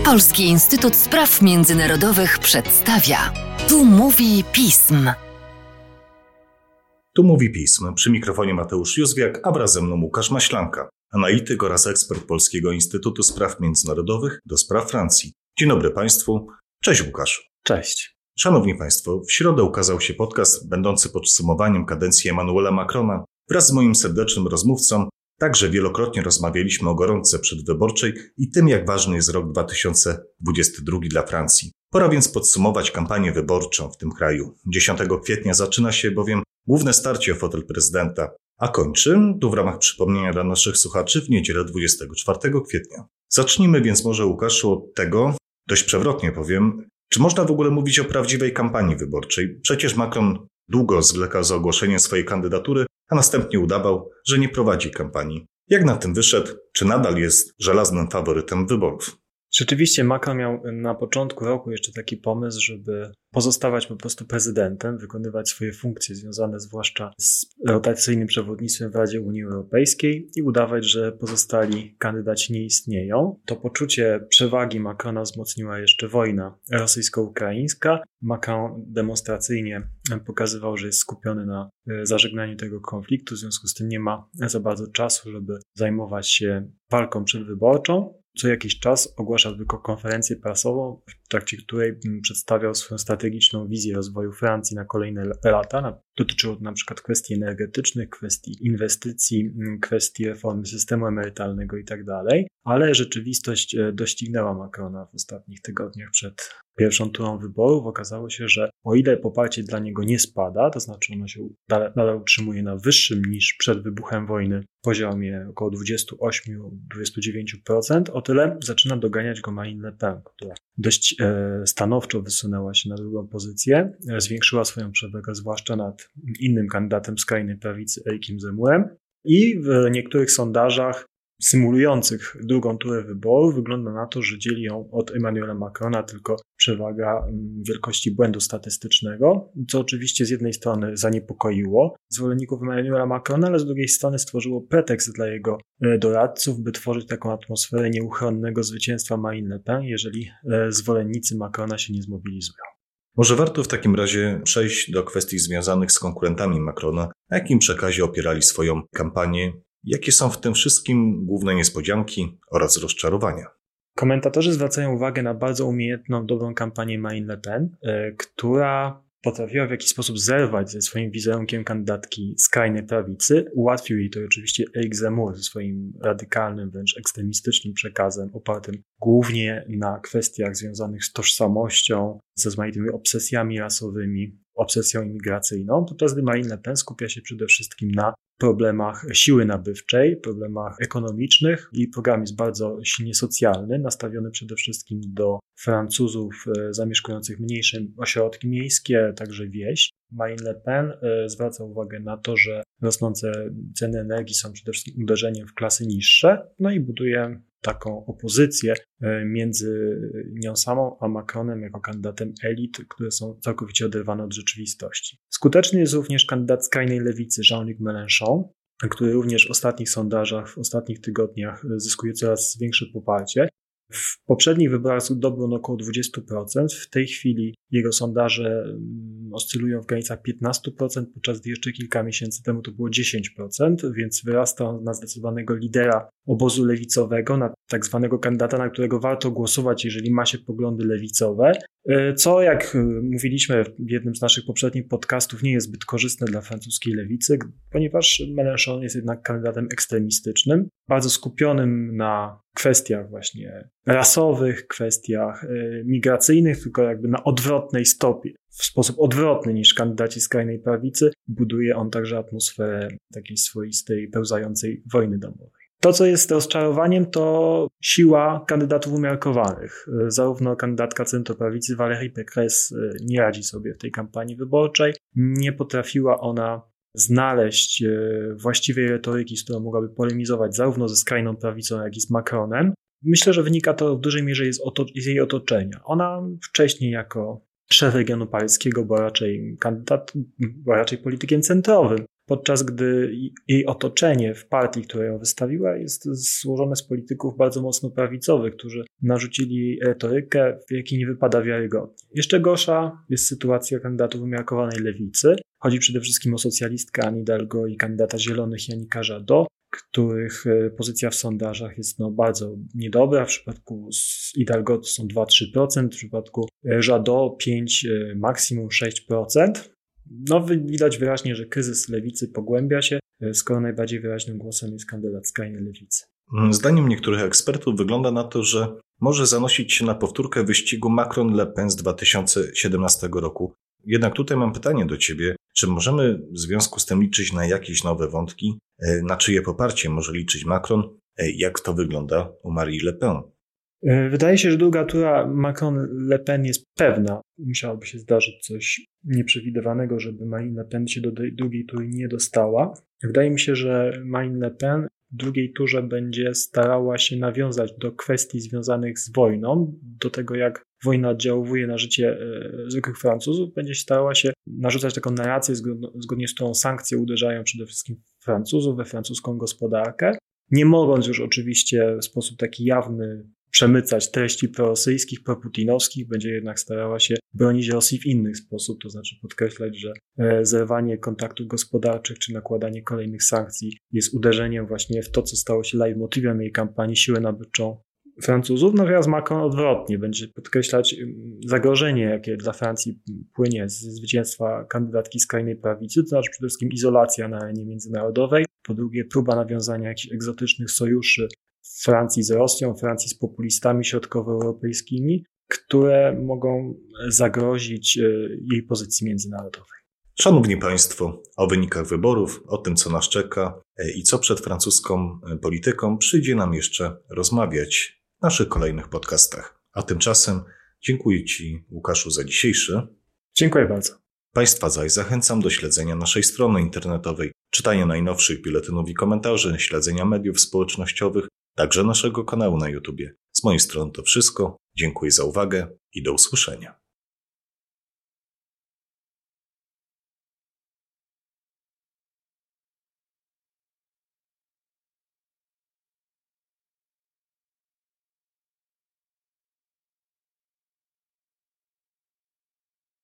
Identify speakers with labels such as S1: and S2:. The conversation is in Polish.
S1: Polski Instytut Spraw Międzynarodowych przedstawia. Tu mówi pism.
S2: Tu mówi pism. Przy mikrofonie Mateusz Józwiak, a wraz ze mną Łukasz Maślanka, analityk oraz ekspert Polskiego Instytutu Spraw Międzynarodowych do spraw Francji. Dzień dobry Państwu. Cześć Łukaszu.
S3: Cześć.
S2: Szanowni Państwo, w środę ukazał się podcast będący podsumowaniem kadencji Emmanuela Macrona. Wraz z moim serdecznym rozmówcą także wielokrotnie rozmawialiśmy o gorączce przedwyborczej i tym, jak ważny jest rok 2022 dla Francji. Pora więc podsumować kampanię wyborczą w tym kraju. 10 kwietnia zaczyna się bowiem główne starcie o fotel prezydenta, a kończy, tu w ramach przypomnienia dla naszych słuchaczy, w niedzielę 24 kwietnia. Zacznijmy więc może, Łukaszu, od tego, dość przewrotnie powiem, czy można w ogóle mówić o prawdziwej kampanii wyborczej? Przecież Macron długo zwlekał z ogłoszeniem swojej kandydatury, a następnie udawał, że nie prowadzi kampanii. Jak na tym wyszedł? Czy nadal jest żelaznym faworytem wyborów?
S3: Rzeczywiście Macron miał na początku roku jeszcze taki pomysł, żeby pozostawać po prostu prezydentem, wykonywać swoje funkcje związane zwłaszcza z rotacyjnym przewodnictwem w Radzie Unii Europejskiej i udawać, że pozostali kandydaci nie istnieją. To poczucie przewagi Macrona wzmocniła jeszcze wojna rosyjsko-ukraińska. Macron demonstracyjnie pokazywał, że jest skupiony na zażegnaniu tego konfliktu, w związku z tym nie ma za bardzo czasu, żeby zajmować się walką przedwyborczą. Co jakiś czas ogłaszał tylko konferencję prasową, w trakcie której przedstawiał swoją strategiczną wizję rozwoju Francji na kolejne lata. Dotyczyło to na przykład kwestii energetycznych, kwestii inwestycji, kwestii reformy systemu emerytalnego itd. Ale rzeczywistość doścignęła Macrona w ostatnich tygodniach przed pierwszą turą wyborów. Okazało się, że o ile poparcie dla niego nie spada, to znaczy ono się nadal utrzymuje na wyższym niż przed wybuchem wojny poziomie około 28-29%, o tyle zaczyna doganiać go Marine Le Pen, która dość stanowczo wysunęła się na drugą pozycję, zwiększyła swoją przewagę zwłaszcza nad innym kandydatem skrajnej prawicy Ericiem Zemmourem i w niektórych sondażach symulujących drugą turę wyborów wygląda na to, że dzieli ją od Emmanuela Macrona tylko przewaga wielkości błędu statystycznego, co oczywiście z jednej strony zaniepokoiło zwolenników Emmanuela Macrona, ale z drugiej strony stworzyło pretekst dla jego doradców, by tworzyć taką atmosferę nieuchronnego zwycięstwa Marine Le Pen, jeżeli zwolennicy Macrona się nie zmobilizują.
S2: Może warto w takim razie przejść do kwestii związanych z konkurentami Macrona, na jakim przekazie opierali swoją kampanię. Jakie są w tym wszystkim główne niespodzianki oraz rozczarowania?
S3: Komentatorzy zwracają uwagę na bardzo umiejętną, dobrą kampanię Marine Le Pen, która potrafiła w jakiś sposób zerwać ze swoim wizerunkiem kandydatki skrajnej prawicy. Ułatwił jej to oczywiście Eric Zemmour ze swoim radykalnym, wręcz ekstremistycznym przekazem opartym głównie na kwestiach związanych z tożsamością, ze rozmaitymi obsesjami rasowymi, obsesją imigracyjną, podczas gdy Marine Le Pen skupia się przede wszystkim na problemach siły nabywczej, problemach ekonomicznych i program jest bardzo silnie socjalny, nastawiony przede wszystkim do Francuzów zamieszkujących mniejsze ośrodki miejskie, także wieś. Marine Le Pen zwraca uwagę na to, że rosnące ceny energii są przede wszystkim uderzeniem w klasy niższe, no i buduje taką opozycję między nią samą a Macronem jako kandydatem elit, które są całkowicie oderwane od rzeczywistości. Skuteczny jest również kandydat skrajnej lewicy Jean-Luc Mélenchon, który również w ostatnich sondażach, w ostatnich tygodniach zyskuje coraz większe poparcie. W poprzednich wyborach zdobył on około 20%, w tej chwili jego sondaże oscylują w granicach 15%, podczas gdy jeszcze kilka miesięcy temu to było 10%, więc wyrasta on na zdecydowanego lidera obozu lewicowego, na tak zwanego kandydata, na którego warto głosować, jeżeli ma się poglądy lewicowe, co, jak mówiliśmy w jednym z naszych poprzednich podcastów, nie jest zbyt korzystne dla francuskiej lewicy, ponieważ Mélenchon jest jednak kandydatem ekstremistycznym, bardzo skupionym na kwestiach właśnie rasowych, kwestiach migracyjnych, tylko jakby na odwrotnej stopie. W sposób odwrotny niż kandydaci skrajnej prawicy buduje on także atmosferę takiej swoistej, pełzającej wojny domowej. To, co jest rozczarowaniem, to siła kandydatów umiarkowanych. Zarówno kandydatka centroprawicy Valérie Pécresse nie radzi sobie w tej kampanii wyborczej. Nie potrafiła ona znaleźć właściwej retoryki, z którą mogłaby polemizować zarówno ze skrajną prawicą, jak i z Macronem. Myślę, że wynika to w dużej mierze z jej otoczenia. Ona wcześniej jako szef regionu paryskiego była raczej politykiem centrowym. podczas gdy jej otoczenie w partii, która ją wystawiła, jest złożone z polityków bardzo mocno prawicowych, którzy narzucili retorykę, w jakiej nie wypada wiarygodnie. Jeszcze gorsza jest sytuacja kandydatów umiarkowanej lewicy. Chodzi przede wszystkim o socjalistkę Anne Hidalgo i kandydata Zielonych Jannika Jadot, których pozycja w sondażach jest bardzo niedobra. W przypadku Hidalgo to są 2-3%, w przypadku Jadot 5%, maksimum 6%. Widać wyraźnie, że kryzys lewicy pogłębia się, skoro najbardziej wyraźnym głosem jest kandydat skrajnej lewicy.
S2: Zdaniem niektórych ekspertów wygląda na to, że może zanosić się na powtórkę wyścigu Macron-Le Pen z 2017 roku. Jednak tutaj mam pytanie do Ciebie. Czy możemy w związku z tym liczyć na jakieś nowe wątki? Na czyje poparcie może liczyć Macron? Jak to wygląda u Marine Le Pen?
S3: Wydaje się, że druga tura Macron-Le Pen jest pewna. Musiałoby się zdarzyć coś nieprzewidywanego, żeby Marine Le Pen się do drugiej tury nie dostała. Wydaje mi się, że Marine Le Pen w drugiej turze będzie starała się nawiązać do kwestii związanych z wojną, do tego jak wojna oddziałuje na życie zwykłych Francuzów, będzie się starała się narzucać taką narrację, zgodnie z którą sankcje uderzają przede wszystkim w Francuzów, we francuską gospodarkę, nie mogąc już oczywiście w sposób taki jawny przemycać treści prorosyjskich, proputinowskich, będzie jednak starała się bronić Rosji w inny sposób, to znaczy podkreślać, że zerwanie kontaktów gospodarczych czy nakładanie kolejnych sankcji jest uderzeniem właśnie w to, co stało się leitmotivem jej kampanii, siłę nabywczą Francuzów. Natomiast Macron odwrotnie będzie podkreślać zagrożenie, jakie dla Francji płynie ze zwycięstwa kandydatki skrajnej prawicy, to znaczy przede wszystkim izolacja na arenie międzynarodowej, po drugie próba nawiązania jakichś egzotycznych sojuszy Francji z Rosją, Francji z populistami środkowoeuropejskimi, które mogą zagrozić jej pozycji międzynarodowej.
S2: Szanowni Państwo, o wynikach wyborów, o tym, co nas czeka i co przed francuską polityką przyjdzie nam jeszcze rozmawiać w naszych kolejnych podcastach. A tymczasem dziękuję Ci, Łukaszu, za dzisiejszy.
S3: Dziękuję bardzo.
S2: Państwa zaś zachęcam do śledzenia naszej strony internetowej, czytania najnowszych biuletynów i komentarzy, śledzenia mediów społecznościowych, także naszego kanału na YouTubie. Z mojej strony to wszystko. Dziękuję za uwagę i do usłyszenia.